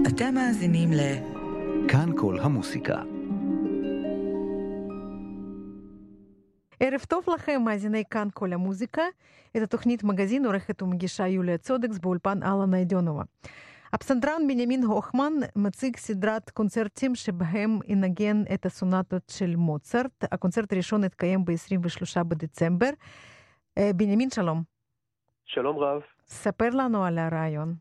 אתם מאזינים כאן כל המוסיקה. ערב טוב לכם, מאזיני כאן כל המוזיקה. את התוכנית מגזין עורכת ומגישה יוליה צודקס באולפן אללה ניידונובה. הפסנתרן בנימין הוכמן מציג סדרת קונצרטים שבהם ינגן את הסונטות של מוצרט. הקונצרט הראשון התקיים ב-23 בדצמבר. בנימין, שלום. שלום רב. ספר לנו על הרעיון.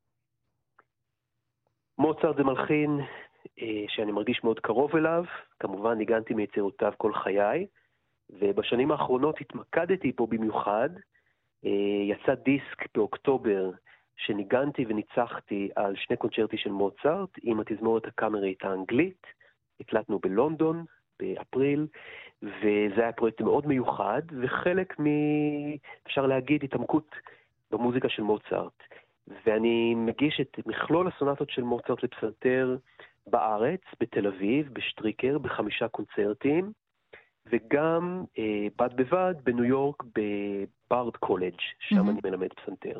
מוצרט זה מלחין שאני מרגיש מאוד קרוב אליו. כמובן ניגנתי מיצירותיו כל חיי, ובשנים האחרונות התמקדתי פה במיוחד. יצא דיסק באוקטובר שניגנתי וניצחתי על שני קונצ'רטי של מוצרט עם התזמורת הקאמרית האנגלית. הקלטנו בלונדון באפריל, וזה היה פרויקט מאוד מיוחד וחלק אפשר להגיד התעמקות במוזיקה של מוצרט. ואני מגיש את מכלול הסונטות של מוצרט לפסנתר בארץ, בתל אביב, בשטריקר, ב5 קונצרטים, וגם בד בבד בניו יורק בברד קולג', שם אני מלמד פסנתר.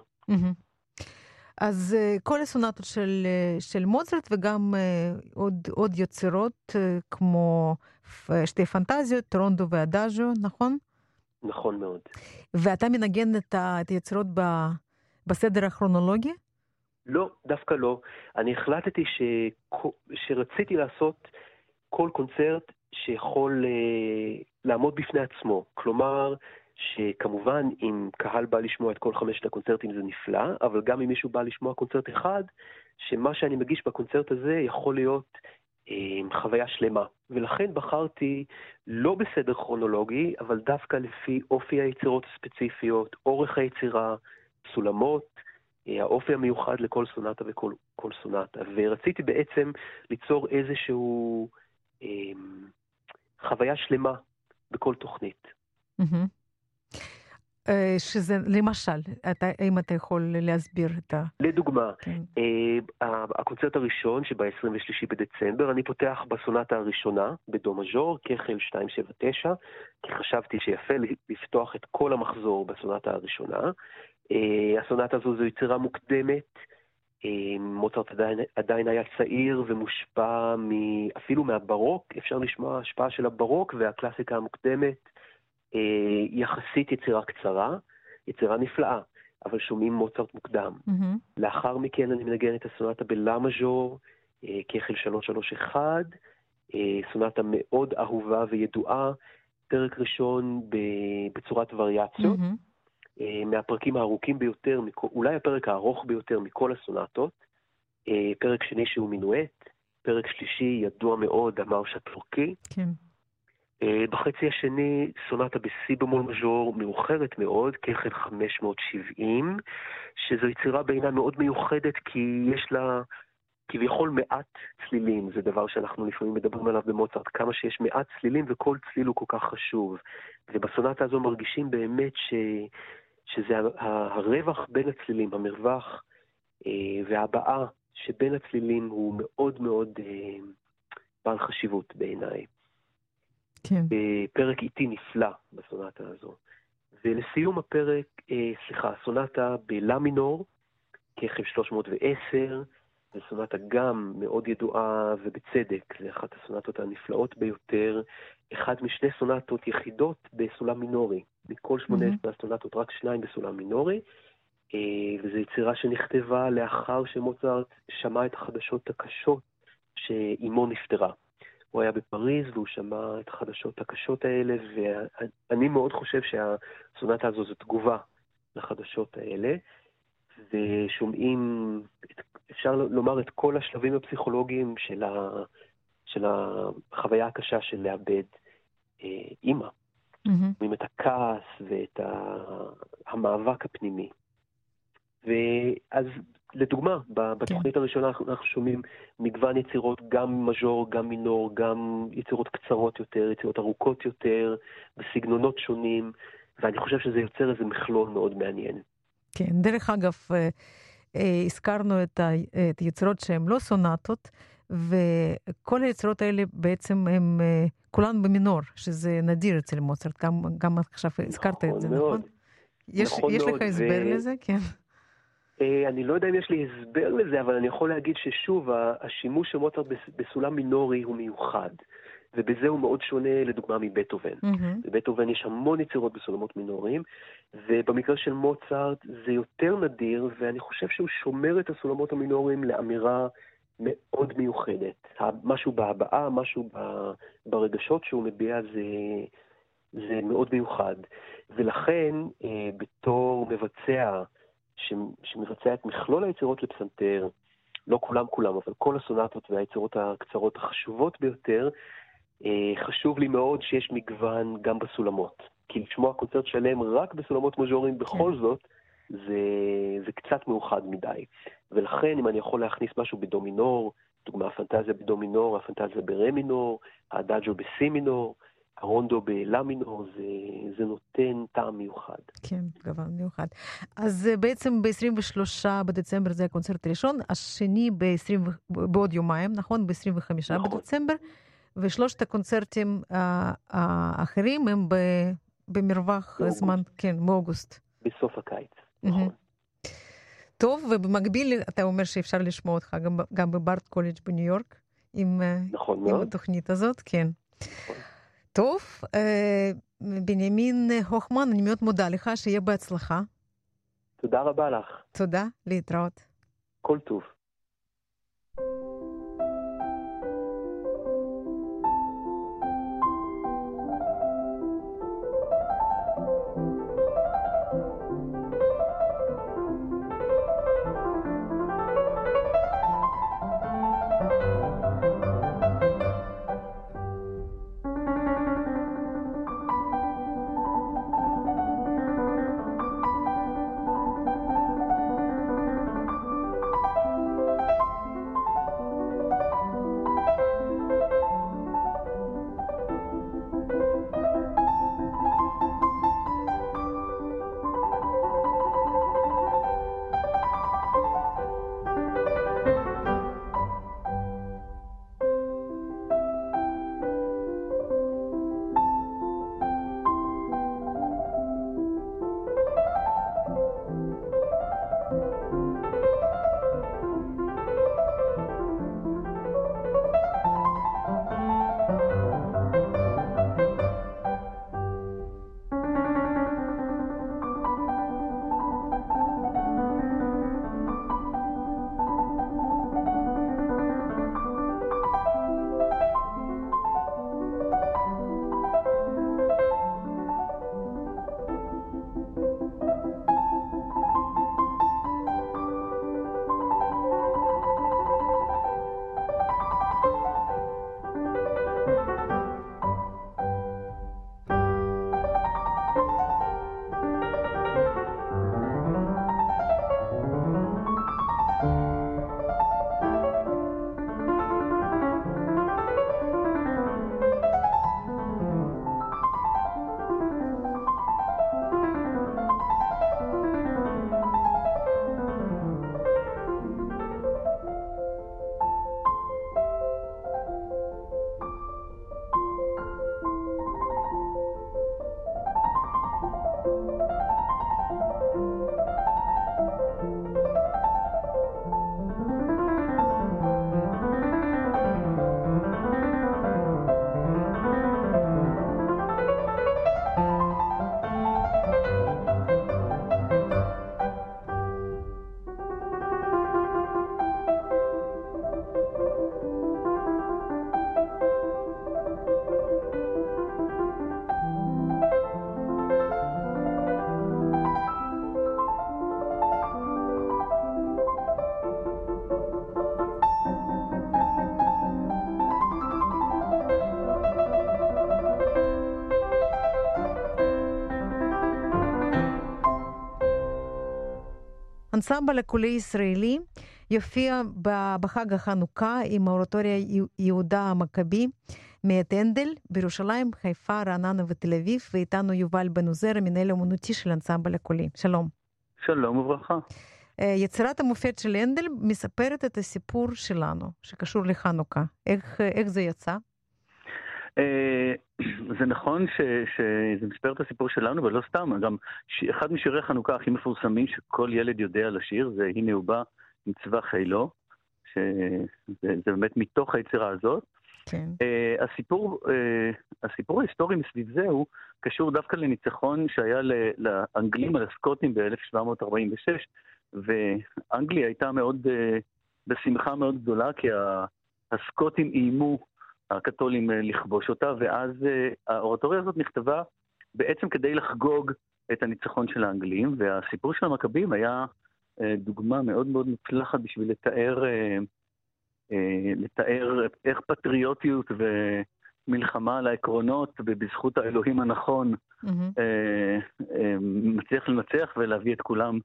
אז כל הסונטות של מוצרט וגם עוד יצירות כמו שתי פנטזיות, רונדו ואדאז'ו, נכון? נכון מאוד. ואתה מנגן את היצירות בסדר הכרונולוגי? לא, דווקא לא. אני החלטתי שרציתי לעשות כל קונצרט שיכול לעמוד בפני עצמו. כלומר, שכמובן אם קהל בא לשמוע את כל 5 הקונצרטים זה נפלא, אבל גם אם מישהו בא לשמוע קונצרט אחד, שמה שאני מגיש בקונצרט הזה יכול להיות חוויה שלמה. ולכן בחרתי לא בסדר כרונולוגי, אבל דווקא לפי אופי היצירות הספציפיות, אורך היצירה, סולמות, האופי המיוחד לכל סונטה וכל סונטה. ורציתי בעצם ליצור איזשהו חוויה שלמה בכל תוכנית. שזה, למשל, האם אתה יכול להסביר את לדוגמה, הקונצרט הראשון שב-23 בדצמבר, אני פותח בסונטה הראשונה, בדו מז'ור, כחל 279, כי חשבתי שיפה לפתוח את כל המחזור בסונטה הראשונה. הסונטה הזו זו יצירה מוקדמת, מוצרט עדיין היה צעיר ומושפע אפילו מהברוק, אפשר לשמוע השפעה של הברוק והקלאסיקה המוקדמת, יחסית יצירה קצרה, יצירה נפלאה, אבל שומעים מוצרט מוקדם. לאחר מכן אני מנגן את הסונטה בלה מז'ור, כחל 331, סונטה מאוד אהובה וידועה, פרק ראשון בצורת וריאציות, מהפרקים הארוכים ביותר, אולי הפרק הארוך ביותר מכל הסונטות, פרק שני שהוא מינואט, פרק שלישי ידוע מאוד, המרש הטורקי. כן. בחצי השני סונטה בסי במול מז'ור מאוחרת מאוד, כחל 570, שזו יצירה בעיניי מאוד מיוחדת כי יש לה כביכול מעט צלילים, זה דבר שאנחנו לפעמים מדברים עליו במוצרט, כמה שיש מעט צלילים וכל צליל הוא כל כך חשוב. ובסונטה הזו מרגישים באמת שזה הרווח בין הצלילים, המרווח והבאה שבין הצלילים הוא מאוד מאוד בעל חשיבות בעיניי. כן. פרק איטי נפלא בסונטה הזו. ולסיום הפרק, סונטה בלה מינור, כחל 310, זו סונטה גם מאוד ידועה ובצדק, זה אחת הסונטות הנפלאות ביותר, אחד משני סונטות יחידות בסולם מינורי, מכל 18 הסונטות רק 2 בסולם מינורי, וזו יצירה שנכתבה לאחר שמוצרט שמע את החדשות הקשות שאימו נפטרה. הוא היה בפריז והוא שמע את החדשות הקשות האלה, ואני מאוד חושב שהסונטה הזו זו תגובה לחדשות האלה, ושומעים, אפשר לומר, את כל השלבים הפסיכולוגיים של החוויה הקשה של לאבד אימא. שומעים את הכעס ואת המאבק הפנימי. ואז לדוגמה, בתוכנית הראשונה אנחנו שומעים מגוון יצירות, גם מז'ור, גם מינור, גם יצירות קצרות יותר, יצירות ארוכות יותר, בסגנונות שונים, ואני חושב שזה יוצר איזה מכלול מאוד מעניין. כן, דרך אגב, הזכרנו את היצירות שהן לא סונטות, וכל היצירות האלה בעצם הן כולן במינור, שזה נדיר אצל מוצרט, גם עכשיו הזכרת את זה, נכון? יש לך הסבר לזה? כן. אני לא יודע אם יש לי הסבר לזה, אבל אני יכול להגיד ששוב, השימוש של מוצרט בסולם מינורי הוא מיוחד. ובזה הוא מאוד שונה, לדוגמה, מבטהובן. בבטהובן יש המון יצירות בסולמות מינוריים, ובמקרה של מוצרט זה יותר נדיר, ואני חושב שהוא שומר את הסולמות המינוריים לאמירה מאוד מיוחדת. משהו בהבעה, משהו ברגשות שהוא מביע, זה מאוד מיוחד. ולכן, בתור מבצע, שמבצע את מכלול היצירות לפסנתר, לא כולם, אבל כל הסונטות והיצירות הקצרות החשובות ביותר, חשוב לי מאוד שיש מגוון גם בסולמות. כי לשמוע קונצרט שלם רק בסולמות מז'וריים בכל זאת, זה קצת מאוחד מדי. ולכן אם אני יכול להכניס משהו בדו מינור, דוגמה הפנטזיה בדו מינור, הפנטזיה ברה מינור, האדאג'ו בסי מינור, הרונדו בלה מינור, זה נותן טעם מיוחד. כן, גוון מיוחד. אז בעצם ב-23 בדצמבר זה הקונצרט הראשון, השני בעוד יומיים, נכון? ב-25 בדצמבר. ושלושת הקונצרטים האחרים הם במרווח זמן, כן, באוגוסט. בסוף הקיץ, נכון. טוב, ובמקביל אתה אומר שאפשר לשמוע אותך גם בברט קולג' בניו יורק, עם התוכנית הזאת, כן. טוב, בנימין הוכמן, אני מאוד מודה לך, שיהיה בהצלחה. תודה רבה לך. תודה, להתראות. כל טוב. אנסמבל הקולי ישראלי יופיע בחג החנוכה עם האורטוריה יהודה המכבי מאת הנדל בירושלים, חיפה, רעננה ותל אביב, ואיתנו יובל בן עוזר, המנהל האומנותי של אנסמבל הקולי. שלום. שלום וברכה. יצירת המופת של הנדל מספרת את הסיפור שלנו, שקשור לחנוכה. איך זה יצא? זה נכון שזה מספר את הסיפור שלנו, אבל לא סתם. גם אחד משירי החנוכה הכי מפורסמים שכל ילד יודע לשיר, זה הנה הוא בא עם צבא חילו, שזה באמת מתוך היצירה הזאת. כן. הסיפור ההיסטורי מסביב זה הוא קשור דווקא לניצחון שהיה לאנגלים על הסקוטים ב-1746, ואנגליה הייתה מאוד, בשמחה מאוד גדולה, כי הסקוטים איימו הקתולים לכבוש אותה, ואז האורטוריה הזאת נכתבה בעצם כדי לחגוג את הניצחון של האנגלים, והסיפור של המכבים היה דוגמה מאוד מאוד מוצלחת בשביל לתאר איך פטריוטיות ומלחמה על העקרונות ובזכות האלוהים הנכון מצליח לנצח ולהביא את כולם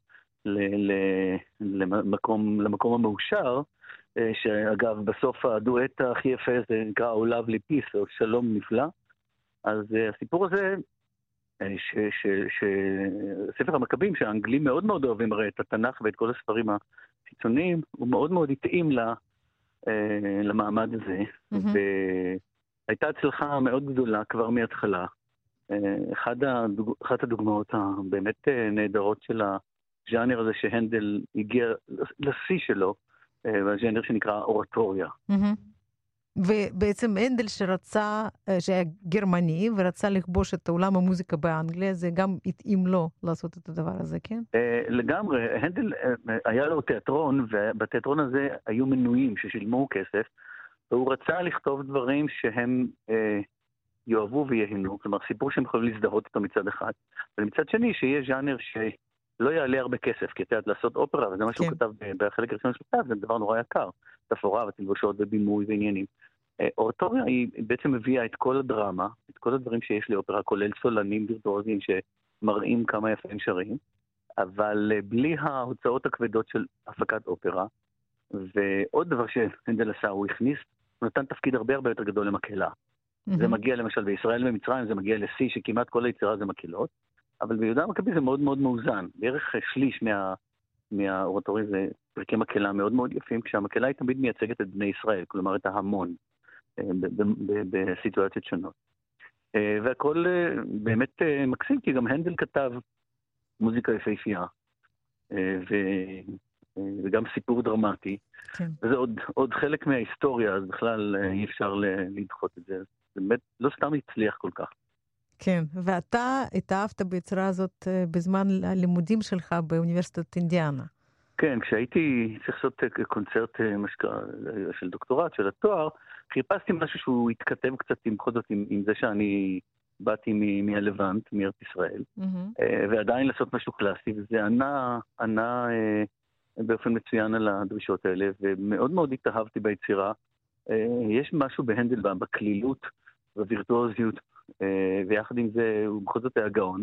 למקום המאושר, שאגב בסוף הדואט הכי יפה זה נקרא Oh Lovely Peace, או שלום נפלא. אז הסיפור הזה שספר המכבים, שהאנגלים מאוד מאוד אוהבים הרי את התנ"ך ואת כל הספרים החיצוניים, הוא מאוד מאוד התאים למעמד הזה, והייתה הצלחה מאוד גדולה כבר מההתחלה. אחת הדוגמאות הבאמת נהדרות של הז'אנר הזה שהנדל הגיע לשיא שלו, והז'אנר שנקרא אורטוריה. ובעצם הנדל שהיה גרמני ורצה לכבוש את עולם המוזיקה באנגליה, זה גם התאים לו לעשות את הדבר הזה, כן? לגמרי. הנדל היה לו תיאטרון, ובתיאטרון הזה היו מנויים ששילמו כסף, והוא רצה לכתוב דברים שהם יאהבו ויהנו, כלומר סיפור שהם יכולים להזדהות אותו מצד אחד, ומצד שני שיהיה ז'אנר שלא יעלה הרבה כסף, כי לעשות אופרה, וזה מה שהוא כתב בחלק הראשון של כתב, זה דבר נורא יקר, תפאורה ותלבושות ובימוי ועניינים. אורטוריה היא בעצם מביאה את כל הדרמה, את כל הדברים שיש לאופרה, כולל סולנים וירטואוזיים שמראים כמה יפים שרים, אבל בלי ההוצאות הכבדות של הפקת אופרה. ועוד דבר שהנדל עשה, הוא נתן תפקיד הרבה הרבה יותר גדול למקהלה. זה מגיע למשל בישראל ומצרים, זה מגיע לשיא שכמעט כל היצירה זה מקהלות, אבל ביהודה המכבי זה מאוד מאוד מאוזן. בערך שליש מהאורטורי זה פרקי מקהלה מאוד מאוד יפים, כשהמקהלה היא תמיד מייצגת את בני ישראל, כלומר את ההמון, בסיטואציות שונות. והכל באמת מקסים, כי גם הנדל כתב מוזיקה יפהפייה, וגם סיפור דרמטי, וזה עוד חלק מההיסטוריה, אז בכלל אי אפשר לדחות את זה. זה באמת לא סתם הצליח כל כך. כן, ואתה התאהבת ביצירה הזאת בזמן הלימודים שלך באוניברסיטת אינדיאנה. כן, כשהייתי צריך לעשות קונצרט של דוקטורט, של התואר, חיפשתי משהו שהוא התכתב קצת בכל זאת עם זה שאני באתי מהלבנט, מארץ ישראל, ועדיין לעשות משהו קלאסי, וזה ענה באופן מצוין על הדרישות האלה, ומאוד מאוד התאהבתי ביצירה. יש משהו בהנדל בכלילות, בווירטואוזיות, ויחד עם זה הוא בכל זאת היה גאון.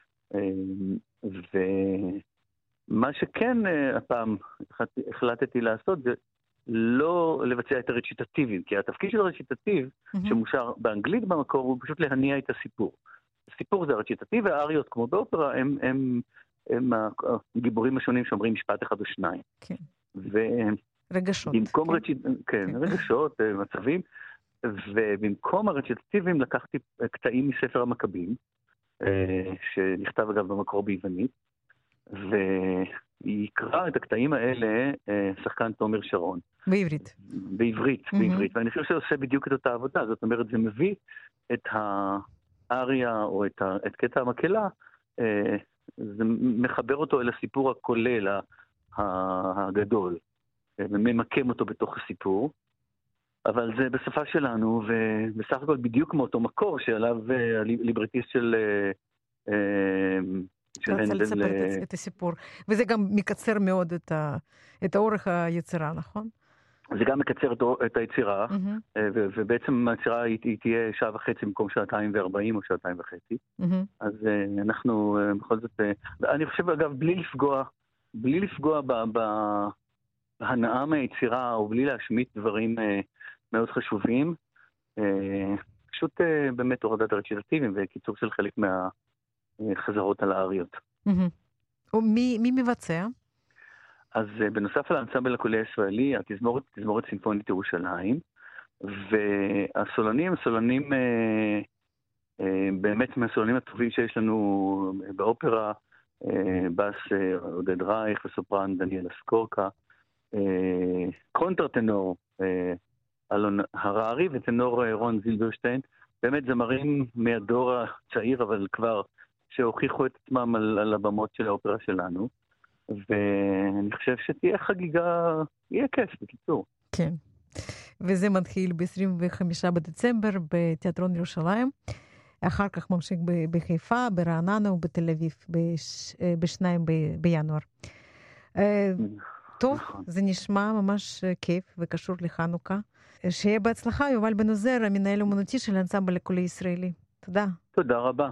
ומה שכן הפעם החלטתי לעשות זה לא לבצע את הרציטטיבים, כי התפקיד של הרציטטיב שמושר באנגלית במקור הוא פשוט להניע את הסיפור. הסיפור זה הרציטטיב, והאריות כמו באופרה הם הגיבורים השונים שאומרים משפט אחד או שניים. כן. רגשות. כן, רגשות, מצבים. ובמקום הרציטטיבים לקחתי קטעים מספר המכבים, שנכתב אגב במקור ביוונית, ויקרא את הקטעים האלה שחקן תומר שרון. בעברית. בעברית. ואני חושב שעושה בדיוק את אותה עבודה, זאת אומרת, זה מביא את האריה או את קטע המקהלה, זה מחבר אותו אל הסיפור הכולל הגדול, וממקם אותו בתוך הסיפור. אבל זה בשפה שלנו, ובסך הכל בדיוק מאותו מקור שעליו הליברטיסט של רצה לספר את הסיפור. וזה גם מקצר מאוד את האורך היצירה, נכון? זה גם מקצר את היצירה, ובעצם היצירה היא תהיה 1.5 שעה במקום 2:40 או 2:30. אז אנחנו בכל זאת, אני חושב אגב, בלי לפגוע בהנאה מהיצירה, או בלי להשמיט דברים מאוד חשובים, פשוט באמת הורדת הרציטטיבים וקיצור של חלק מהחזרות על האריות. מי מבצע? אז בנוסף על האנסמבל הקולי הישראלי, תזמורת סימפונית ירושלים, והסולנים, סולנים באמת מהסולנים הטובים שיש לנו באופרה, בס עודד רייך וסופרן דניאל אסקורקה, קונטרטנור אלון הררי וטנור רון זילברשטיין, באמת זמרים מהדור הצעיר אבל כבר שהוכיחו את עצמם על הבמות של האופרה שלנו, ואני חושב שתהיה חגיגה, יהיה כיף בקיצור. כן, וזה מתחיל ב-25 בדצמבר בתיאטרון ירושלים, אחר כך ממשיך בחיפה, ברעננה ובתל אביב ב-2 בינואר. טוב, זה נשמע ממש כיף וקשור לחנוכה. שיהיה בהצלחה, יובל בן עוזר, המנהל אומנותי של האנסמבל לקולי ישראלי. תודה. תודה רבה.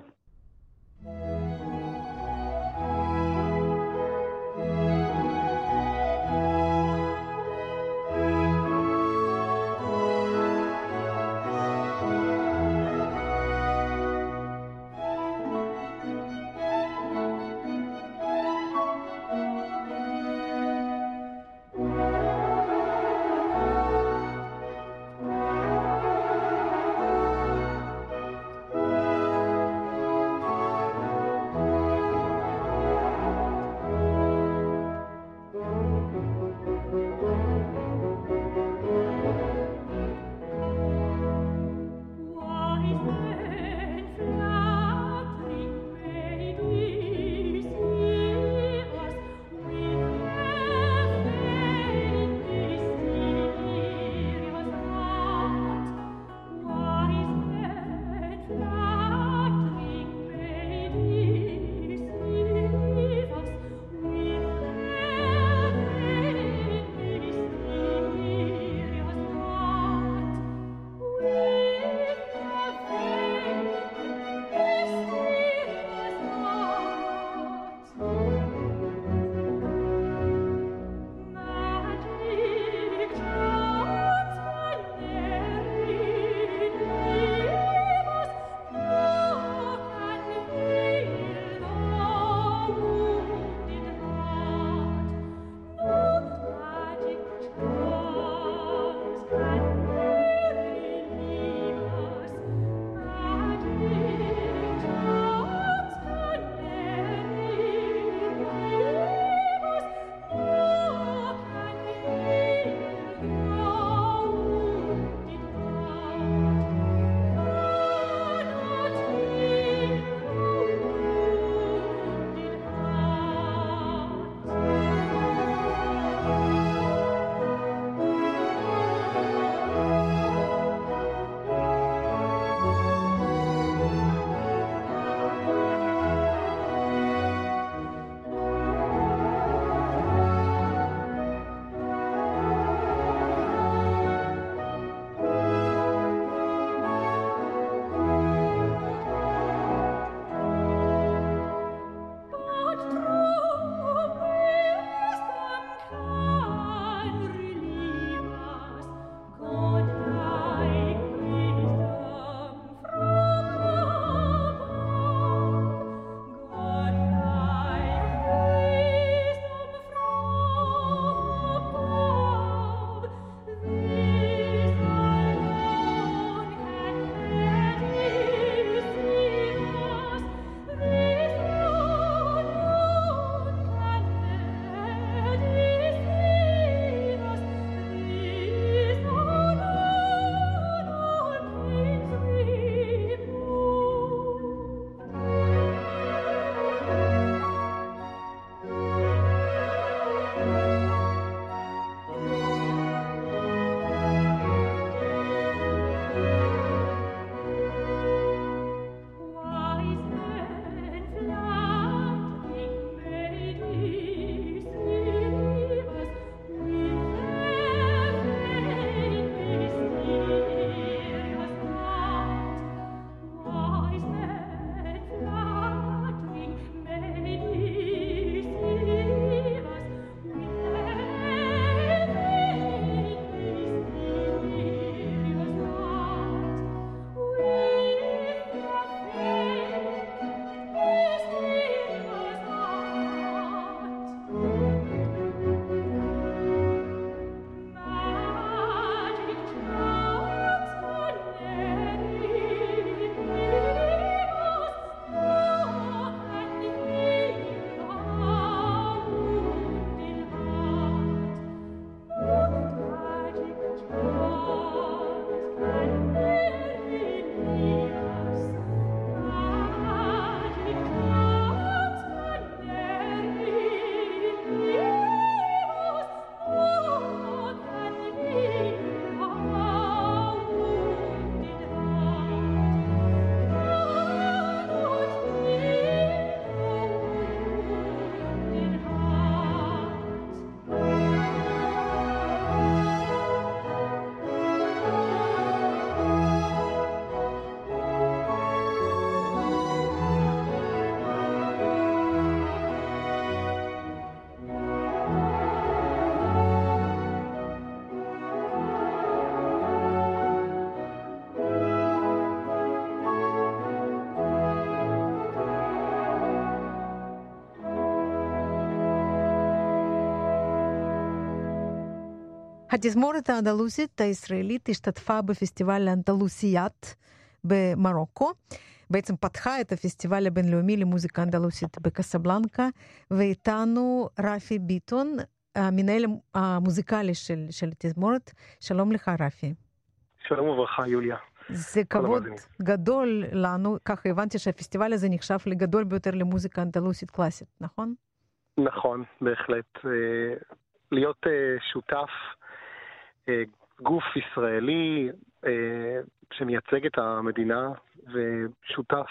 התזמורת האנדלוסית הישראלית השתתפה בפסטיבל האנדלוסיית במרוקו, בעצם פתחה את הפסטיבל הבינלאומי למוזיקה אנדלוסית בקסבלנקה, ואיתנו רפי ביטון, המנהל המוזיקלי של התזמורת. שלום לך רפי. שלום וברכה יוליה. זה כבוד גדול לנו, ככה הבנתי שהפסטיבל הזה נחשב לגדול ביותר למוזיקה אנדלוסית קלאסית, נכון? נכון, בהחלט. להיות שותף, גוף ישראלי שמייצג את המדינה ושותף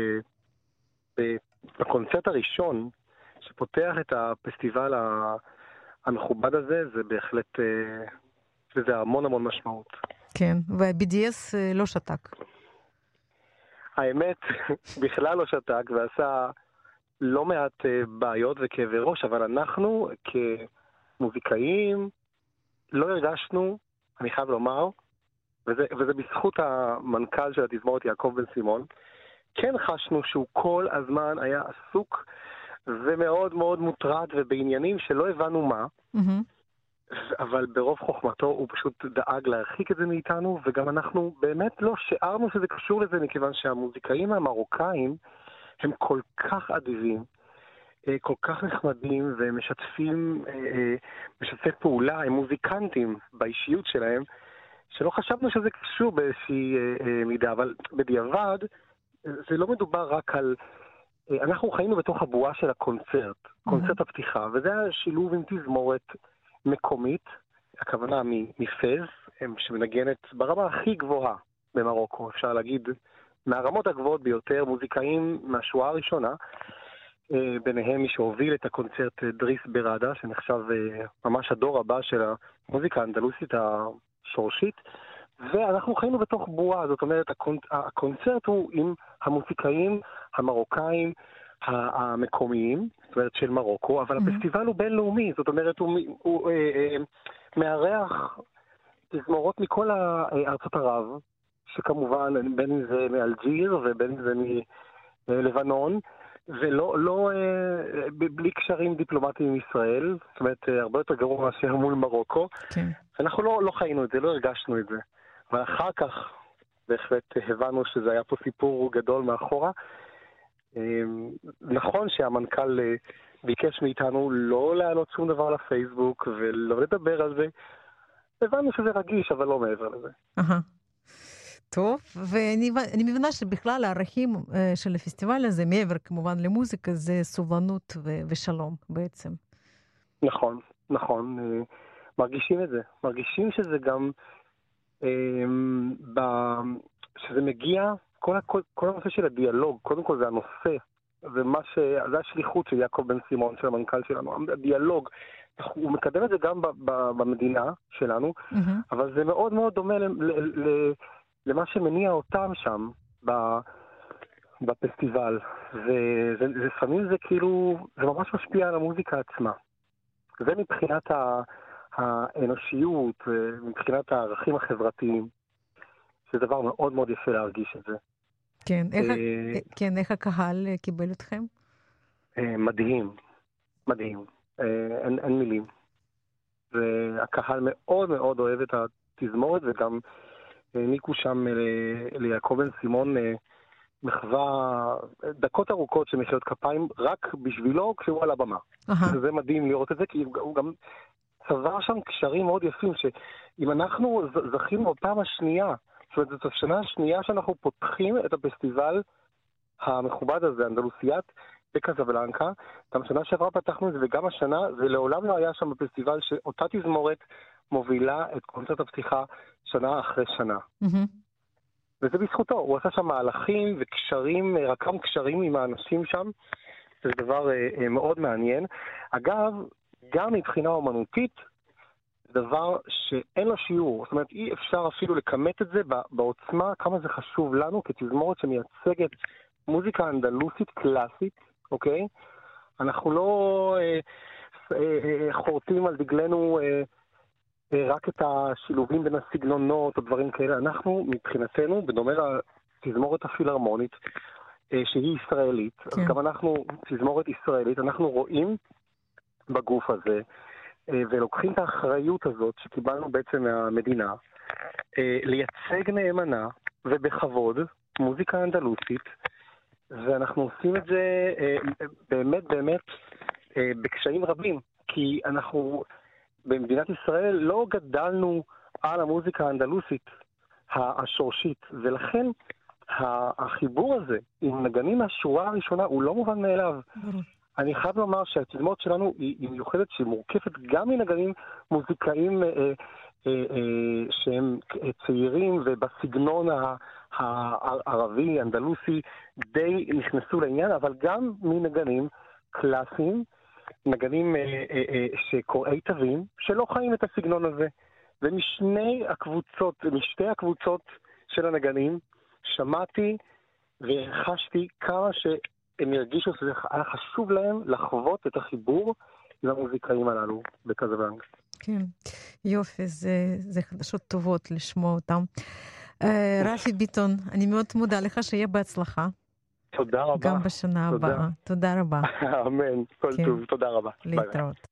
בקונצרט הראשון שפותח את הפסטיבל המכובד הזה, זה בהחלט, וזה המון המון משמעות. כן, וה-BDS לא שתק. האמת, בכלל לא שתק ועשה לא מעט בעיות וכאבי ראש, אבל אנחנו כמוזיקאים לא הרגשנו, אני חייב לומר, וזה בזכות המנכ"ל של התזמורת יעקב בן סימון, כן חשנו שהוא כל הזמן היה עסוק ומאוד מאוד מוטרד ובעניינים שלא הבנו מה, אבל ברוב חוכמתו הוא פשוט דאג להרחיק את זה מאיתנו, וגם אנחנו באמת לא שיערנו שזה קשור לזה, מכיוון שהמוזיקאים המרוקאים הם כל כך אדיבים, כל כך נחמדים ומשתפים, משתפי פעולה, הם מוזיקנטים באישיות שלהם, שלא חשבנו שזה קשור באיזושהי מידה, אבל בדיעבד זה לא מדובר רק על... אנחנו חיינו בתוך הבועה של הקונצרט, קונצרט הפתיחה, וזה היה שילוב עם תזמורת מקומית, הכוונה מפז, שמנגנת ברמה הכי גבוהה במרוקו, אפשר להגיד, מהרמות הגבוהות ביותר, מוזיקאים מהשואה הראשונה, ביניהם מי שהוביל את הקונצרט דריס בראדה, שנחשב ממש הדור הבא של המוזיקה האנדלוסית השורשית, ואנחנו חיינו בתוך בועה, זאת אומרת, הקונצרט הוא עם המוזיקאים המרוקאים המקומיים, זאת אומרת של מרוקו, אבל הפסטיבל הוא בינלאומי, זאת אומרת, הוא מארח תזמורות מכל ארצות ערב, שכמובן בין אם זה מאלג'יר ובין אם זה מלבנון, ולא בלי קשרים דיפלומטיים עם ישראל, זאת אומרת, הרבה יותר גרוע מאשר מול מרוקו. אנחנו לא חיינו את זה, לא הרגשנו את זה. אבל אחר כך בהחלט הבנו שזה היה פה סיפור גדול מאחורה. נכון שהמנכ"ל ביקש מאיתנו לא להעלות שום דבר לפייסבוק ולא לדבר על זה. הבנו שזה רגיש, אבל לא מעבר לזה. טוב, ואני מבינה שבכלל הערכים של הפסטיבל הזה, מעבר כמובן למוזיקה, זה סובלנות ושלום בעצם. נכון, נכון. מרגישים את זה. מרגישים שזה גם, שזה מגיע, כל הנושא של הדיאלוג, קודם כל זה הנושא, זה השליחות של יעקב בן סימון, של המנכ"ל שלנו, הדיאלוג. הוא מקדם את זה גם במדינה שלנו, אבל זה מאוד מאוד דומה למה שמניע אותם שם בפסטיבל. לפעמים זה כאילו, זה ממש משפיע על המוזיקה עצמה. זה מבחינת האנושיות, מבחינת הערכים החברתיים. זה דבר מאוד מאוד יפה להרגיש את זה. כן, איך הקהל קיבל אתכם? מדהים, מדהים. אין מילים. והקהל מאוד מאוד אוהב את התזמורת, וגם העניקו שם ליעקב בן סימון מחווה דקות ארוכות של מחיאות כפיים רק בשבילו כשהוא על הבמה. זה מדהים לראות את זה, כי הוא גם צבר שם קשרים מאוד יפים, שאם אנחנו זכינו בפעם השנייה, זאת אומרת, זאת השנה השנייה שאנחנו פותחים את הפסטיבל המכובד הזה, אנדלוסיית, בקזבלנקה, גם שנה שעברה פתחנו את זה, וגם השנה, זה לעולם לא היה שם בפסטיבל שאותה תזמורת מובילה את קונצרט הפתיחה שנה אחרי שנה. וזה בזכותו, הוא עשה שם מהלכים וקשרים, רקם קשרים עם האנשים שם, זה דבר מאוד מעניין. אגב, גם מבחינה אומנותית, זה דבר שאין לו שיעור, זאת אומרת, אי אפשר אפילו לכמת את זה בעוצמה, כמה זה חשוב לנו כתזמורת שמייצגת מוזיקה אנדלוסית קלאסית, אוקיי? אנחנו לא חורטים על דגלנו רק את השילובים בין הסגנונות או דברים כאלה. אנחנו מבחינתנו, בדומה לתזמורת הפילהרמונית, שהיא ישראלית, אז גם אנחנו, תזמורת ישראלית, אנחנו רואים בגוף הזה ולוקחים את האחריות הזאת שקיבלנו בעצם מהמדינה, לייצג נאמנה ובכבוד מוזיקה אנדלוסית, ואנחנו עושים את זה באמת באמת בקשיים רבים, כי אנחנו במדינת ישראל לא גדלנו על המוזיקה האנדלוסית השורשית, ולכן החיבור הזה עם נגנים מהשורה הראשונה הוא לא מובן מאליו. אני חייב לומר שהתזמורת שלנו היא מיוחדת, שהיא מורכבת גם מנגנים מוזיקאים שהם צעירים ובסגנון הערבי, אנדלוסי, די נכנסו לעניין, אבל גם מנגנים קלאסיים, נגנים שקוראי תווים, שלא חיים את הסגנון הזה. ומשתי הקבוצות של הנגנים, שמעתי וחשתי כמה שהם הרגישו שזה היה חשוב להם לחוות את החיבור עם המוזיקאים הללו בקזבלנקה. כן, יופי, זה חדשות טובות לשמוע אותם. רפי ביטון, אני מאוד מודה לך, שיהיה בהצלחה. תודה רבה. גם בשנה הבאה. תודה רבה. אמן, כל טוב, תודה רבה. להתראות.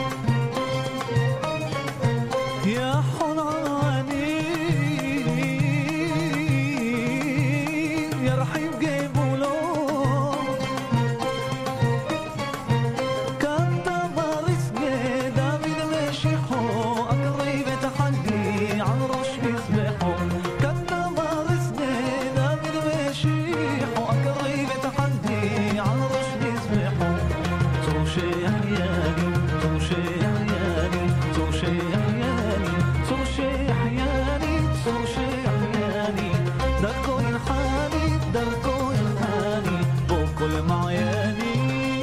يا حناني פרחים גבולו כתה מריסגי דוד משיחו אקריב את החגי על ראש מזבחו כתה מריסגי דוד משיחו אקריב את החגי על ראש מזבחו צור שהחייני צור שהחייני צור שהחייני צור שהחייני צור שהחייני דרכו ילחני דרכו ילחני בו כל מעייני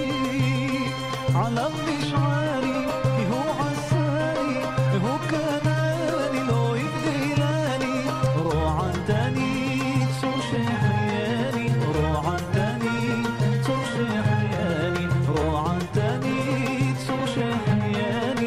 עליו נשעני כי הוא עשני והוא קנני לא יבדילני רוענתני צור שהחייני רוענתני צור שהחייני רוענתני צור שהחייני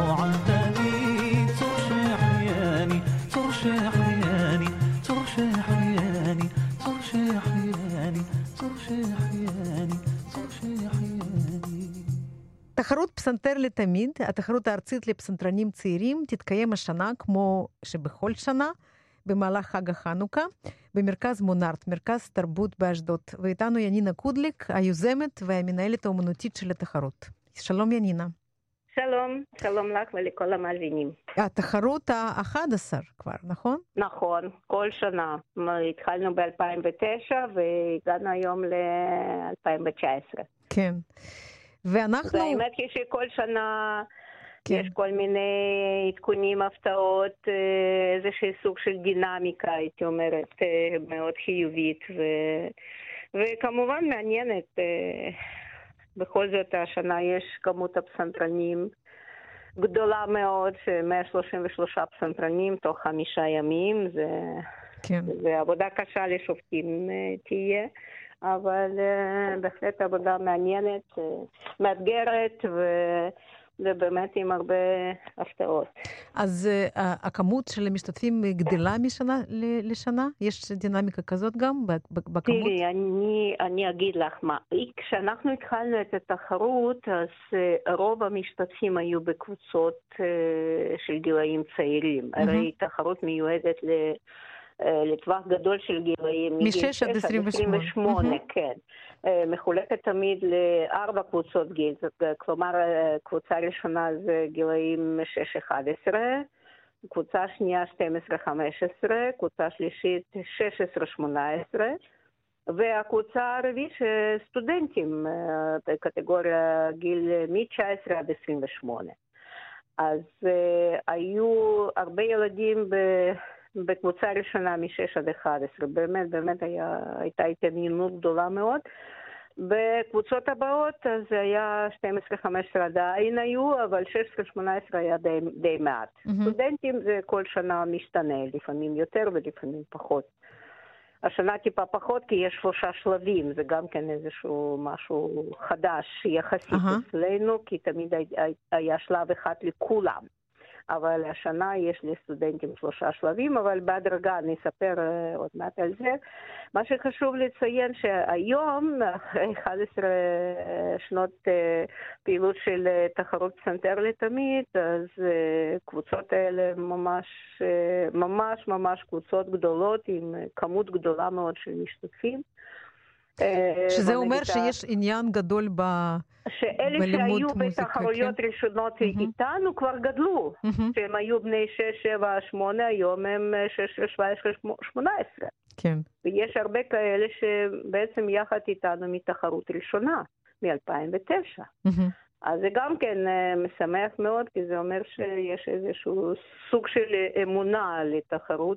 רוענתני צור שהחייני צור שהחייני צור שהחייני צור שהחייני צור שהחייני צור שהחייני. תחרות פסנתר לתמיד, התחרות הארצית לפסנתרנים צעירים, תתקיים השנה כמו שבכל שנה, במהלך חג החנוכה, במרכז מונארט, מרכז תרבות באשדוד. ואיתנו ינינה קודליק, היוזמת והמנהלת האומנותית של התחרות. שלום ינינה. שלום, שלום לך ולכל המאזינים. התחרות ה-11 כבר, נכון? נכון, כל שנה. התחלנו ב-2009 והגענו היום ל-2019. כן. ואנחנו... והאמת היא שכל שנה כן. יש כל מיני עדכונים, הפתעות, איזשהו סוג של דינמיקה, הייתי אומרת, מאוד חיובית וכמובן מעניינת. בכל זאת השנה יש כמות הפסנתרנים גדולה מאוד, 133 פסנתרנים תוך 5 ימים, כן. זה עבודה קשה לשופטים תהיה, אבל בהחלט עבודה מעניינת, מאתגרת ובאמת עם הרבה הפתעות. אז הכמות של המשתתפים גדלה משנה לשנה? יש דינמיקה כזאת גם בכמות? תראי, אני אגיד לך מה. כשאנחנו התחלנו את התחרות, אז רוב המשתתפים היו בקבוצות של גילאים צעירים. הרי תחרות מיועדת לטווח גדול של גילאים. מ-6 עד 28. כן. מחולקת תמיד ל4 קבוצות גיל. כלומר, קבוצה ראשונה זה גילאים 6-11, קבוצה שנייה 12-15, קבוצה שלישית 16-18, והקבוצה הרביעית סטודנטים בקטגוריה גיל מ-19 עד 28. אז היו הרבה ילדים בקבוצה ראשונה מ-6 עד 11, באמת הייתה התעניינות גדולה מאוד. בקבוצות הבאות אז היה 12-15 עדיין היו, אבל 16-18 היה די מעט. סטודנטים זה כל שנה משתנה, לפעמים יותר ולפעמים פחות. השנה טיפה פחות כי יש 3 שלבים, זה גם כן איזשהו משהו חדש יחסית אצלנו, כי תמיד היה שלב אחד לכולם. אבל השנה יש לסטודנטים 3 שלבים, אבל בהדרגה אני אספר עוד מעט על זה. מה שחשוב לציין שהיום, אחרי 11 שנות פעילות של תחרות פסנתר לתמיד, אז קבוצות האלה ממש קבוצות גדולות עם כמות גדולה מאוד של משתתפים. שזה אומר שיש עניין גדול שאלה שהיו בתחרויות ראשונות איתנו כבר גדלו, שהם היו בני 6, 7, 8, היום הם 16, 17, 18. כן. ויש הרבה כאלה שבעצם יחד איתנו מתחרות ראשונה, מ-2009. אז זה גם כן משמח מאוד, כי זה אומר שיש איזשהו סוג של אמונה לתחרות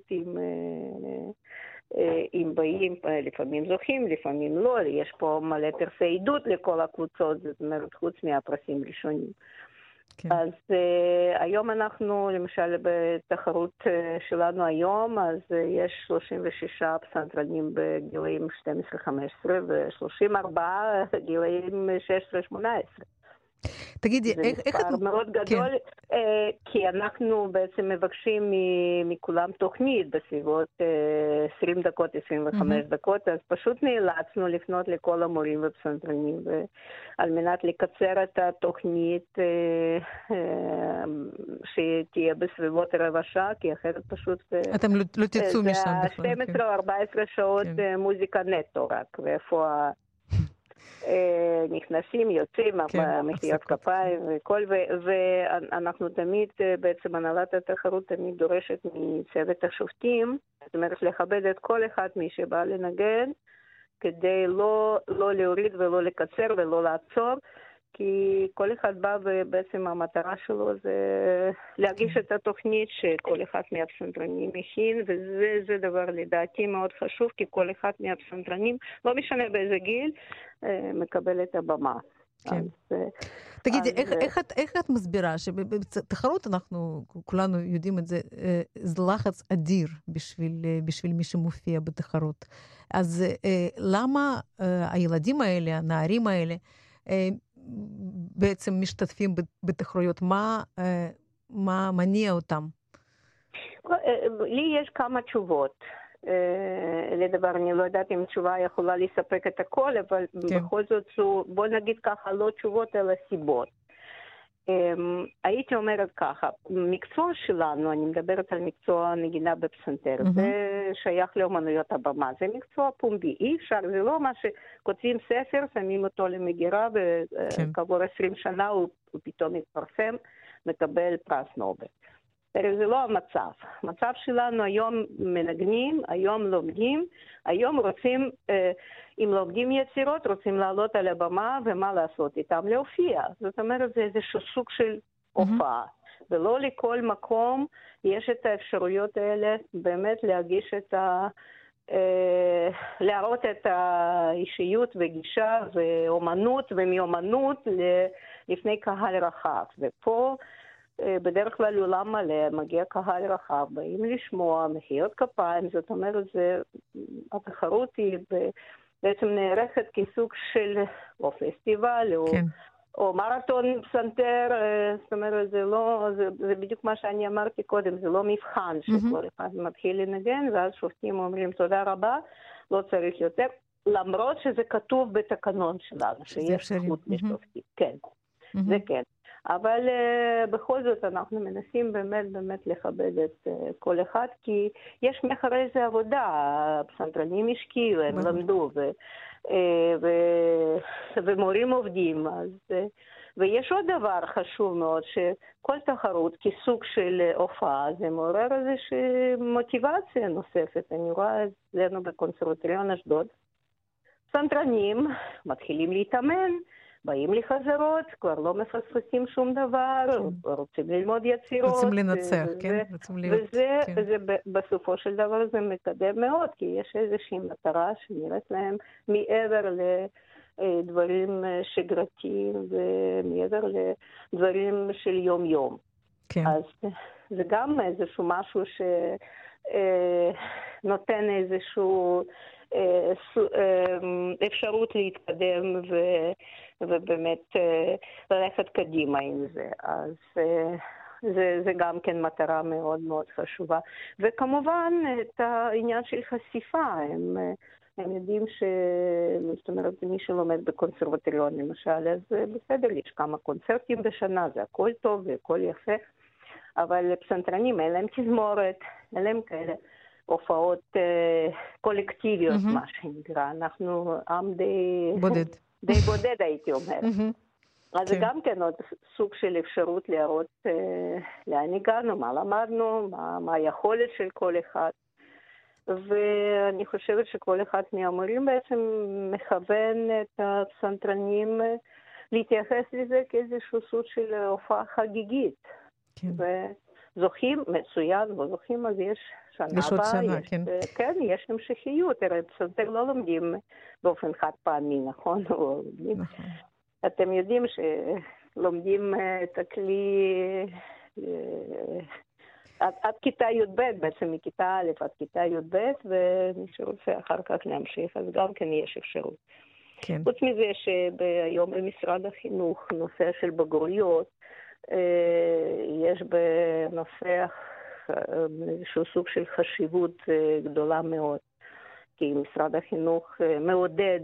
אם באים, לפעמים זוכים, לפעמים לא, יש פה מלא פרסי עדות לכל הקבוצות, זאת אומרת, חוץ מהפרסים ראשונים. כן. אז היום אנחנו, למשל, בתחרות שלנו היום, אז יש 36 פסנתרנים בגילאים 12-15 ו-34 גילאים 16-18. תגידי, זה איך את... מספר מאוד גדול, כי אנחנו בעצם מבקשים מכולם תוכנית בסביבות 20 דקות, 25 דקות, אז פשוט נאלצנו לפנות לכל המורים ופסנתרנים, על מנת לקצר את התוכנית שתהיה בסביבות רבע שעה, כי אחרת פשוט... אתם לא תצאו משם בכלל. זה 12 או 14 שעות מוזיקה נטו רק, ואיפה... נכנסים, יוצאים, מחיאות כפיים וכל, ואנחנו תמיד, בעצם הנהלת התחרות תמיד דורשת מצוות השופטים, זאת אומרת לכבד את כל אחד מי שבא לנגן, כדי לא להוריד ולא לקצר ולא לעצור, כי כל אחד בא ובעצם המטרה שלו זה להגיש את התוכנית שכל אחד מהפסנתרנים מכין, וזה דבר לדעתי מאוד חשוב, כי כל אחד מהפסנתרנים, לא משנה באיזה גיל, מקבל את הבמה. כן. תגידי, איך את מסבירה שבתחרות אנחנו כולנו יודעים את זה, זה לחץ אדיר בשביל מי שמופיע בתחרות. אז למה הילדים האלה, הנערים האלה, בעצם משתתפים בתחרויות? מה מניע אותם? לי יש כמה תשובות לדבר, אני לא יודעת אם תשובה יכולה לספק את הכל, אבל בכל זאת, בוא נגיד ככה, לא תשובות אלא סיבות. הייתי אומרת ככה, מקצוע שלנו, אני מדברת על מקצוע נגינה בפסנתר, זה שייך לאומנויות הבמה, זה מקצוע פומבי, אי אפשר, זה לא מה שכותבים ספר, שמים אותו למגירה, וכעבור 20 שנה הוא פתאום מתפרסם, מקבל פרס נובל. זה לא המצב. המצב שלנו היום מנגנים, היום לומדים, היום רוצים, אם לומדים יצירות, רוצים לעלות על הבמה, ומה לעשות איתם? להופיע. זאת אומרת, זה איזשהו סוג של הופעה. ולא לכל מקום יש את האפשרויות האלה, באמת להגיש את להראות את האישיות וגישה ואומנות ומיומנות לפני קהל רחב. ופה, בדרך כלל עולם מלא, מגיע קהל רחב, באים לשמוע, מחיאות כפיים, זאת אומרת, התחרות היא בעצם נערכת כסוג של או פסטיבל, או מרתון פסנתר, זאת אומרת, זה בדיוק מה שאני אמרתי קודם, זה לא מבחן שכל אחד מתחיל לנגן, ואז שופטים אומרים תודה רבה, לא צריך יותר, למרות שזה כתוב בתקנון שלנו, שיש זכות לשופטים. כן, זה כן. אבל בכל זאת אנחנו מנסים באמת לכבד את כל אחד, כי יש מאחורי זה עבודה, הפסנתרנים השקיעו, הם למדו, ומורים עובדים. ויש עוד דבר חשוב מאוד, שכל תחרות כסוג של הופעה, זה מעורר איזושהי מוטיבציה נוספת. אני רואה את זה בקונסרבטוריון אשדוד. פסנתרנים מתחילים להתאמן, באים לחזרות, כבר לא מפספסים שום דבר, רוצים ללמוד יצירות. רוצים לנצח, כן? וזה בסופו של דבר זה מקדם מאוד, כי יש איזושהי מטרה שנראית להם מעבר לדברים שגרתיים ומעבר לדברים של יום-יום. אז זה גם איזשהו משהו שנותן איזשהו אפשרות להתקדם ובאמת ללכת קדימה עם זה. אז זה גם כן מטרה מאוד מאוד חשובה. וכמובן את העניין של חשיפה, הם יודעים זאת אומרת, מי שלומד בקונסרבטוריון למשל, אז בסדר, יש כמה קונצרטים בשנה, זה הכל טוב והכל יפה, אבל פסנתרנים אין להם תזמורת, אין להם כאלה הופעות קולקטיביות, מה שנקרא. אנחנו עם די בודד, הייתי אומרת. אז זה גם כן עוד סוג של אפשרות להראות לאן הגענו, מה למדנו, מה היכולת של כל אחד. ואני חושבת שכל אחד מהמורים בעצם מכוון את הפסנתרנים להתייחס לזה כאיזשהו סוג של הופעה חגיגית. וזוכים, מצוין, וזוכים, אז יש שנה הבאה, יש המשכיות, הרי פסנתר לא לומדים באופן חד פעמי, נכון? אתם יודעים שלומדים את הכלי עד כיתה י"ב, בעצם מכיתה א' עד כיתה י"ב, ומי שרוצה אחר כך להמשיך, אז גם כן יש אפשרות. כן. חוץ מזה שהיום במשרד החינוך, נושא של בגרויות, יש בנושא איזשהו סוג של חשיבות גדולה מאוד, כי משרד החינוך מעודד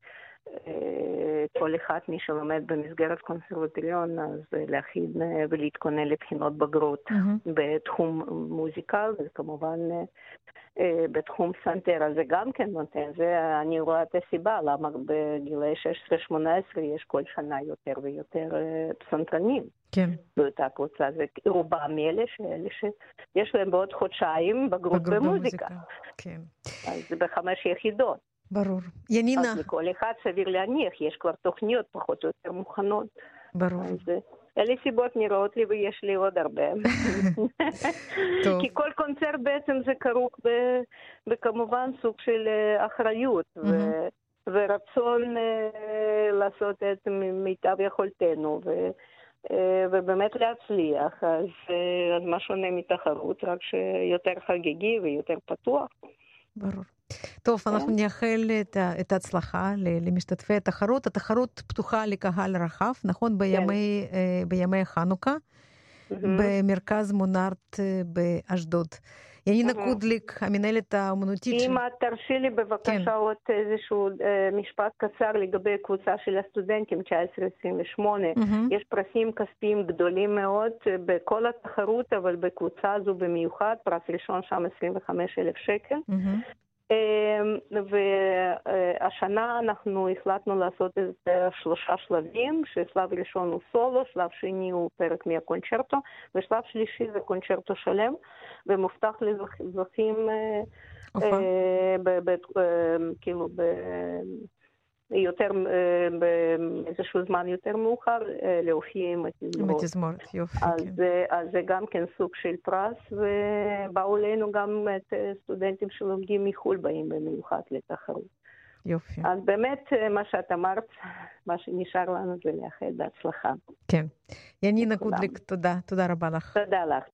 כל אחד מי שלומד במסגרת קונסרבטוריון, אז להכין ולהתכונן לבחינות בגרות בתחום מוזיקה, וכמובן בתחום סנטר, אז זה גם כן נותן, זה אני רואה את הסיבה, למה בגילי 16-18 יש כל שנה יותר ויותר פסנתרנים. כן. באותה קבוצה, זה רובם אלה שיש להם בעוד חודשיים בגרות במוזיקה. כן. אז זה ב5 יחידות. ברור. ינינה. אז לכל אחד סביר להניח, יש כבר תוכניות פחות או יותר מוכנות. ברור. אז אלה סיבות נראות לי ויש לי עוד הרבה. טוב. כי כל קונצרט בעצם זה כרוך בכמובן סוג של אחריות ורצון לעשות את מיטב יכולתנו ובאמת להצליח. אז מה שונה מתחרות, רק שיותר חגיגי ויותר פתוח. ברור. טוב, אנחנו נאחל את ההצלחה למשתתפי התחרות. התחרות פתוחה לקהל רחב, נכון? בימי חנוכה, במרכז מונארט באשדוד. ינינה קודליק, המנהלת האומנותית. אם את תרשי לי בבקשה עוד איזשהו משפט קצר לגבי קבוצה של הסטודנטים 19-28. יש פרסים כספיים גדולים מאוד בכל התחרות, אבל בקבוצה הזו במיוחד, פרס ראשון שם 25,000 שקל. והשנה אנחנו החלטנו לעשות את 3 שלבים, ששלב ראשון הוא סולו, שלב שני הוא פרק מהקונצ'רטו, ושלב שלישי זה קונצ'רטו שלם, ומובטח לזוכים כאילו יותר, באיזשהו זמן יותר מאוחר, להופיע עם התזמורת. יופי, אז זה גם כן סוג של פרס, ובאו אלינו גם את סטודנטים שלומדים מחו"ל באים במיוחד לתחרות. יופי. אז באמת, מה שאת אמרת, מה שנשאר לנו זה לאחל בהצלחה. כן. ינינה קודליק, תודה. תודה רבה לך. תודה לך.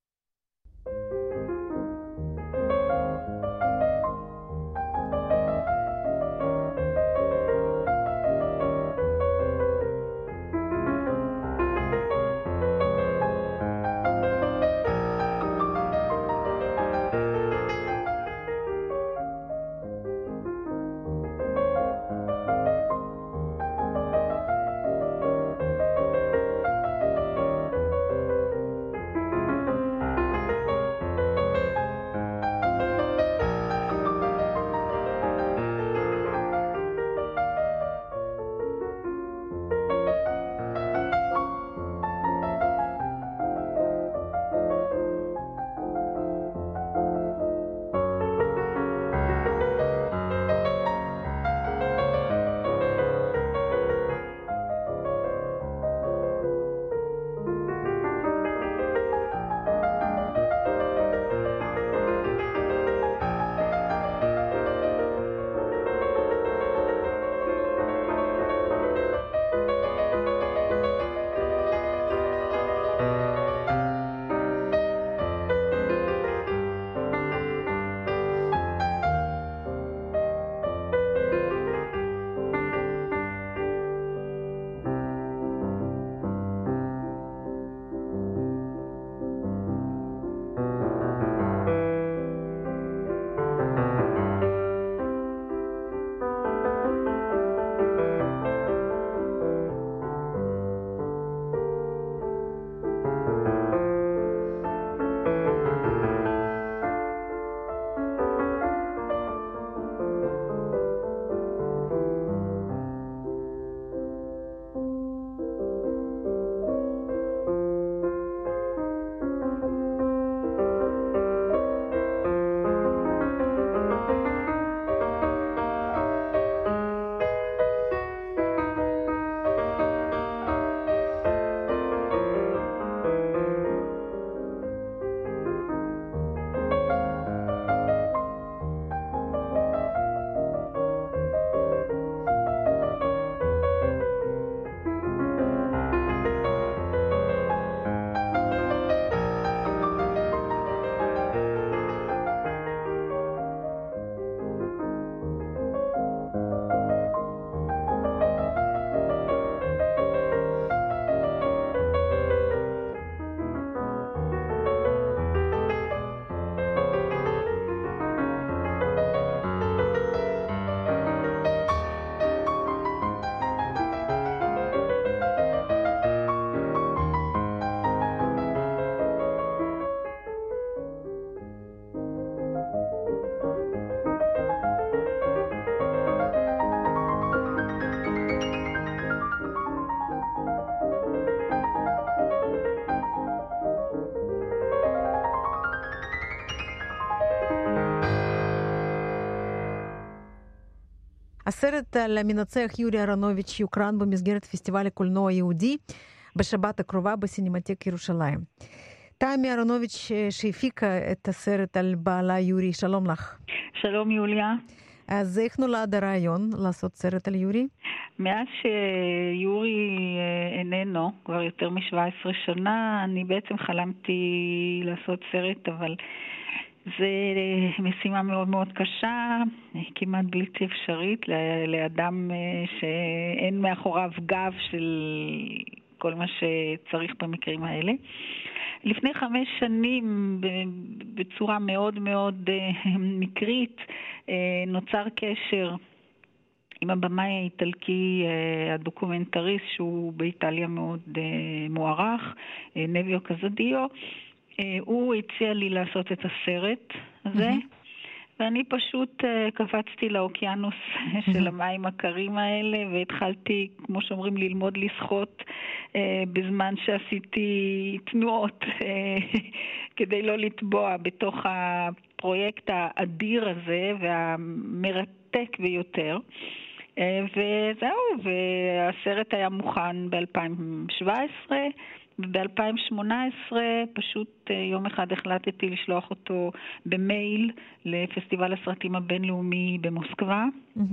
הסרט על המנצח יורי אהרונוביץ' יוקרן במסגרת פסטיבל הקולנוע היהודי בשבת הקרובה בסינמטק ירושלים. תמי אהרונוביץ' שהפיקה את הסרט על בעלה יורי, שלום לך. שלום יוליה. אז איך נולד הרעיון לעשות סרט על יורי? מאז שיורי איננו, כבר יותר מ-17 שנה, אני בעצם חלמתי לעשות סרט, אבל זה משימה מאוד מאוד קשה, כמעט בלתי אפשרית, לאדם שאין מאחוריו גב של כל מה שצריך במקרים האלה. לפני 5 שנים, בצורה מאוד מאוד מקרית, נוצר קשר עם הבמאי האיטלקי, הדוקומנטריסט, שהוא באיטליה מאוד מוערך, נביו קזדיו. הוא הציע לי לעשות את הסרט הזה, ואני פשוט קפצתי לאוקיינוס של המים הקרים האלה, והתחלתי, כמו שאומרים, ללמוד לשחות בזמן שעשיתי תנועות כדי לא לטבוע בתוך הפרויקט האדיר הזה והמרתק ביותר. וזהו, והסרט היה מוכן ב-2017, וב-2018 פשוט יום אחד החלטתי לשלוח אותו במייל לפסטיבל הסרטים הבינלאומי במוסקבה,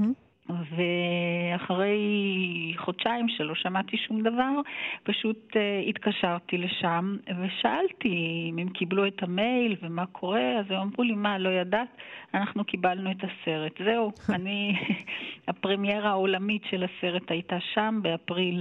ואחרי חודשיים שלא שמעתי שום דבר, פשוט התקשרתי לשם ושאלתי אם הם קיבלו את המייל ומה קורה. אז הם אמרו לי, מה, לא ידעת? אנחנו קיבלנו את הסרט. זהו, הפרמיירה העולמית של הסרט הייתה שם באפריל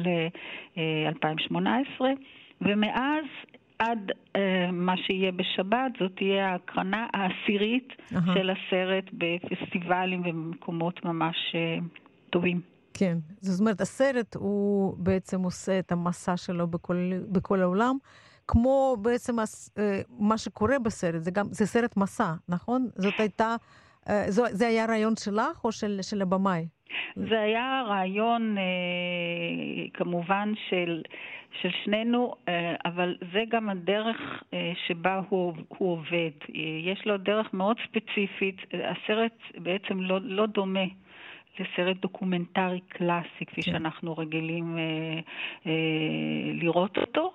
2018, ומאז עד מה שיהיה בשבת, זאת תהיה ההקרנה העשירית של הסרט בפסטיבלים ובמקומות ממש טובים. כן, זאת אומרת, הסרט הוא בעצם עושה את המסע שלו בכל העולם, כמו בעצם מה שקורה בסרט, זה סרט מסע, נכון? זה היה רעיון שלך או של הבמאי? זה היה רעיון כמובן של שנינו, אבל זה גם הדרך שבה הוא עובד. יש לו דרך מאוד ספציפית. הסרט בעצם לא דומה לסרט דוקומנטרי קלאסי, כפי שאנחנו רגילים לראות אותו.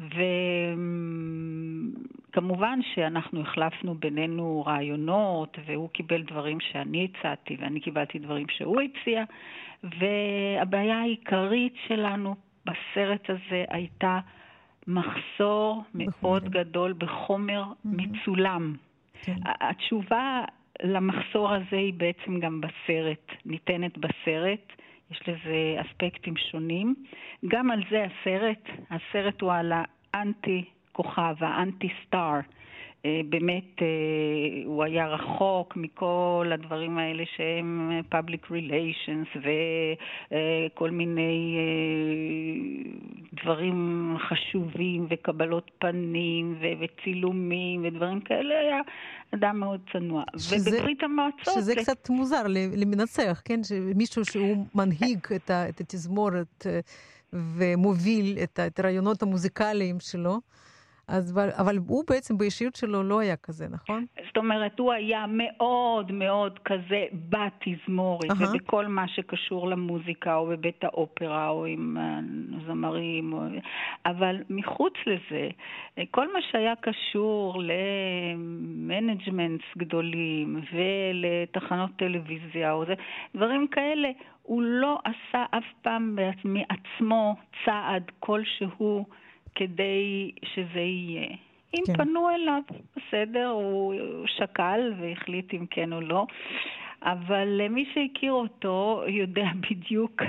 וכמובן שאנחנו החלפנו בינינו רעיונות, והוא קיבל דברים שאני הצעתי, ואני קיבלתי דברים שהוא הציע. והבעיה העיקרית שלנו בסרט הזה הייתה מחסור מאוד גדול בחומר מצולם. התשובה למחסור הזה היא בעצם גם בסרט, ניתנת בסרט, יש לזה אספקטים שונים. גם על זה הסרט הוא על האנטי כוכב, האנטי סטאר. באמת הוא היה רחוק מכל הדברים האלה שהם public relations וכל מיני דברים חשובים וקבלות פנים וצילומים ודברים כאלה. היה אדם מאוד צנוע. ובברית המועצות... שזה קצת מוזר למנצח, כן? שמישהו שהוא מנהיג את התזמורת ומוביל את הרעיונות המוזיקליים שלו, אבל הוא בעצם באישיות שלו לא היה כזה, נכון? זאת אומרת, הוא היה מאוד מאוד כזה בתזמורת, ובכל מה שקשור למוזיקה, או בבית האופרה, או עם זמרים, אבל מחוץ לזה, כל מה שהיה קשור למנג'מנטס גדולים, ולתחנות טלוויזיה, או דברים כאלה, הוא לא עשה אף פעם מעצמו צעד כלשהו, כדי שזה יהיה. אם פנו אליו, בסדר, הוא שקל והחליט אם כן או לא, אבל מי שהכיר אותו יודע בדיוק.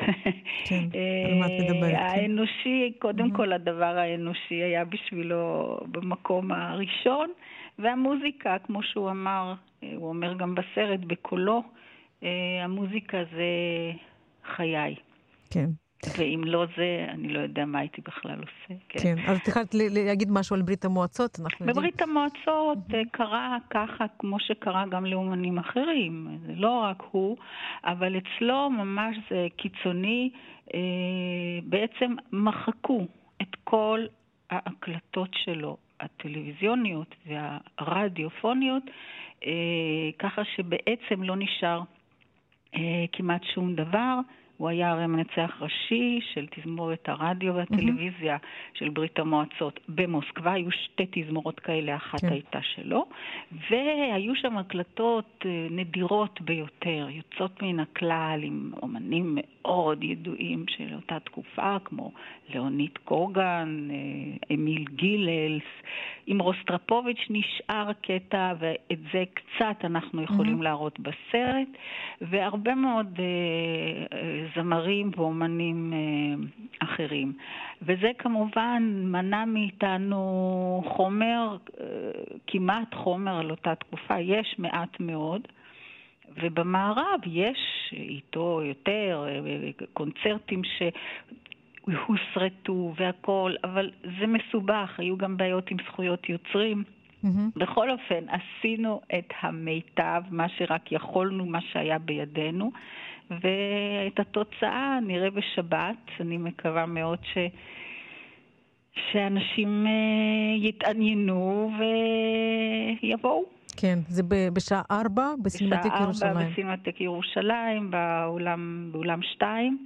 האנושי, קודם כל הדבר האנושי היה בשבילו במקום הראשון, והמוזיקה, כמו שהוא אמר, הוא אומר גם בסרט בקולו, המוזיקה זה חיי. כן. ואם לא זה, אני לא יודע מה הייתי בכלל עושה. כן, אז תחלת להגיד משהו על ברית המועצות? בברית המועצות קרה ככה, כמו שקרה גם לאומנים אחרים. זה לא רק הוא, אבל אצלו ממש זה קיצוני. בעצם מחקו את כל ההקלטות שלו, הטלוויזיוניות והרדיופוניות, ככה שבעצם לא נשאר כמעט שום דבר. הוא היה הרי מנצח ראשי של תזמורת הרדיו והטלוויזיה של ברית המועצות במוסקבה. היו שתי תזמורות כאלה, אחת הייתה שלו. והיו שם הקלטות נדירות ביותר, יוצאות מן הכלל, עם אומנים מאוד ידועים של אותה תקופה, כמו ליאוניד קוגן, אמיל גיללס. עם רוסטרפוביץ' נשאר קטע, ואת זה קצת אנחנו יכולים להראות בסרט, והרבה מאוד זמרים ואומנים אחרים. וזה כמובן מנע מאיתנו חומר, כמעט חומר על אותה תקופה, יש מעט מאוד, ובמערב יש איתו יותר קונצרטים שהוסרטו והכל, אבל זה מסובך, היו גם בעיות עם זכויות יוצרים. בכל אופן, עשינו את המיטב, מה שרק יכולנו, מה שהיה בידינו, ואת התוצאה נראה בשבת. אני מקווה מאוד שאנשים יתעניינו ויבואו. כן, זה בשעה 4 בסינמטק ירושלים. בשעה 4 בסינמטק ירושלים, באולם 2,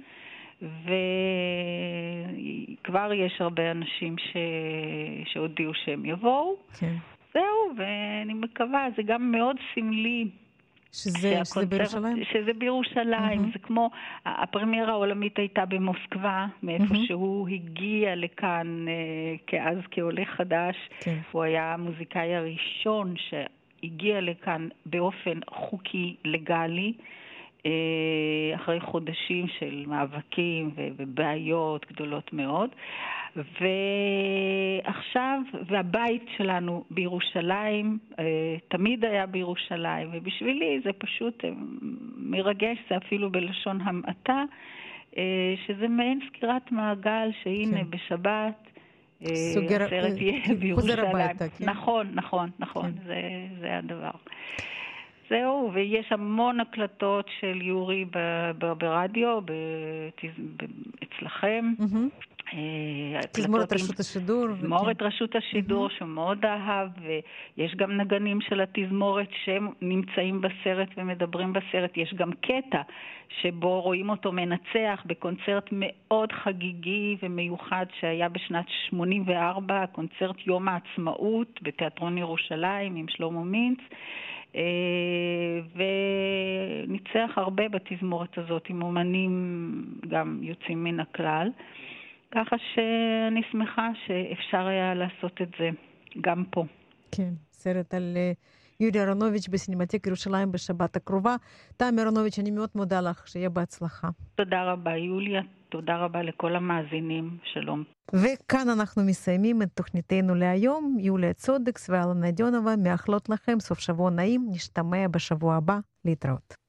וכבר יש הרבה אנשים שהודיעו שהם יבואו. כן. זהו, ואני מקווה, זה גם מאוד סמלי. שזה בירושלים? שזה בירושלים, זה כמו, הפרמיירה העולמית הייתה במוסקבה, מאיפה שהוא הגיע לכאן כאז כעולה חדש. כן. הוא היה המוזיקאי הראשון שהגיע לכאן באופן חוקי, לגלי, אחרי חודשים של מאבקים ובעיות גדולות מאוד. ועכשיו, והבית שלנו בירושלים, תמיד היה בירושלים, ובשבילי זה פשוט מרגש, זה אפילו בלשון המעטה, שזה מעין סקירת מעגל שהנה בשבת, הסרט יהיה בירושלים. נכון, זה הדבר. זהו, ויש המון הקלטות של יורי ברדיו, אצלכם. תזמורת רשות השידור. תזמורת רשות השידור שמאוד אהב, ויש גם נגנים של התזמורת שהם נמצאים בסרט ומדברים בסרט. יש גם קטע שבו רואים אותו מנצח בקונצרט מאוד חגיגי ומיוחד שהיה בשנת 84, קונצרט יום העצמאות בתיאטרון ירושלים עם שלמה מינץ. וניצח הרבה בתזמורת הזאת עם אומנים גם יוצאים מן הכלל, ככה שאני שמחה שאפשר היה לעשות את זה גם פה. כן, סרט על יורי אהרונוביץ' בסינמטק ירושלים בשבת הקרובה. תמי אהרונוביץ', אני מאוד מודה לך, שיהיה בהצלחה. תודה רבה יוליה, תודה רבה לכל המאזינים, שלום. וכאן אנחנו מסיימים את תוכניתנו להיום. יוליה צודקס ואלנה דיונובה מאחלות לכם סוף שבוע נעים, נשתמע בשבוע הבא, להתראות.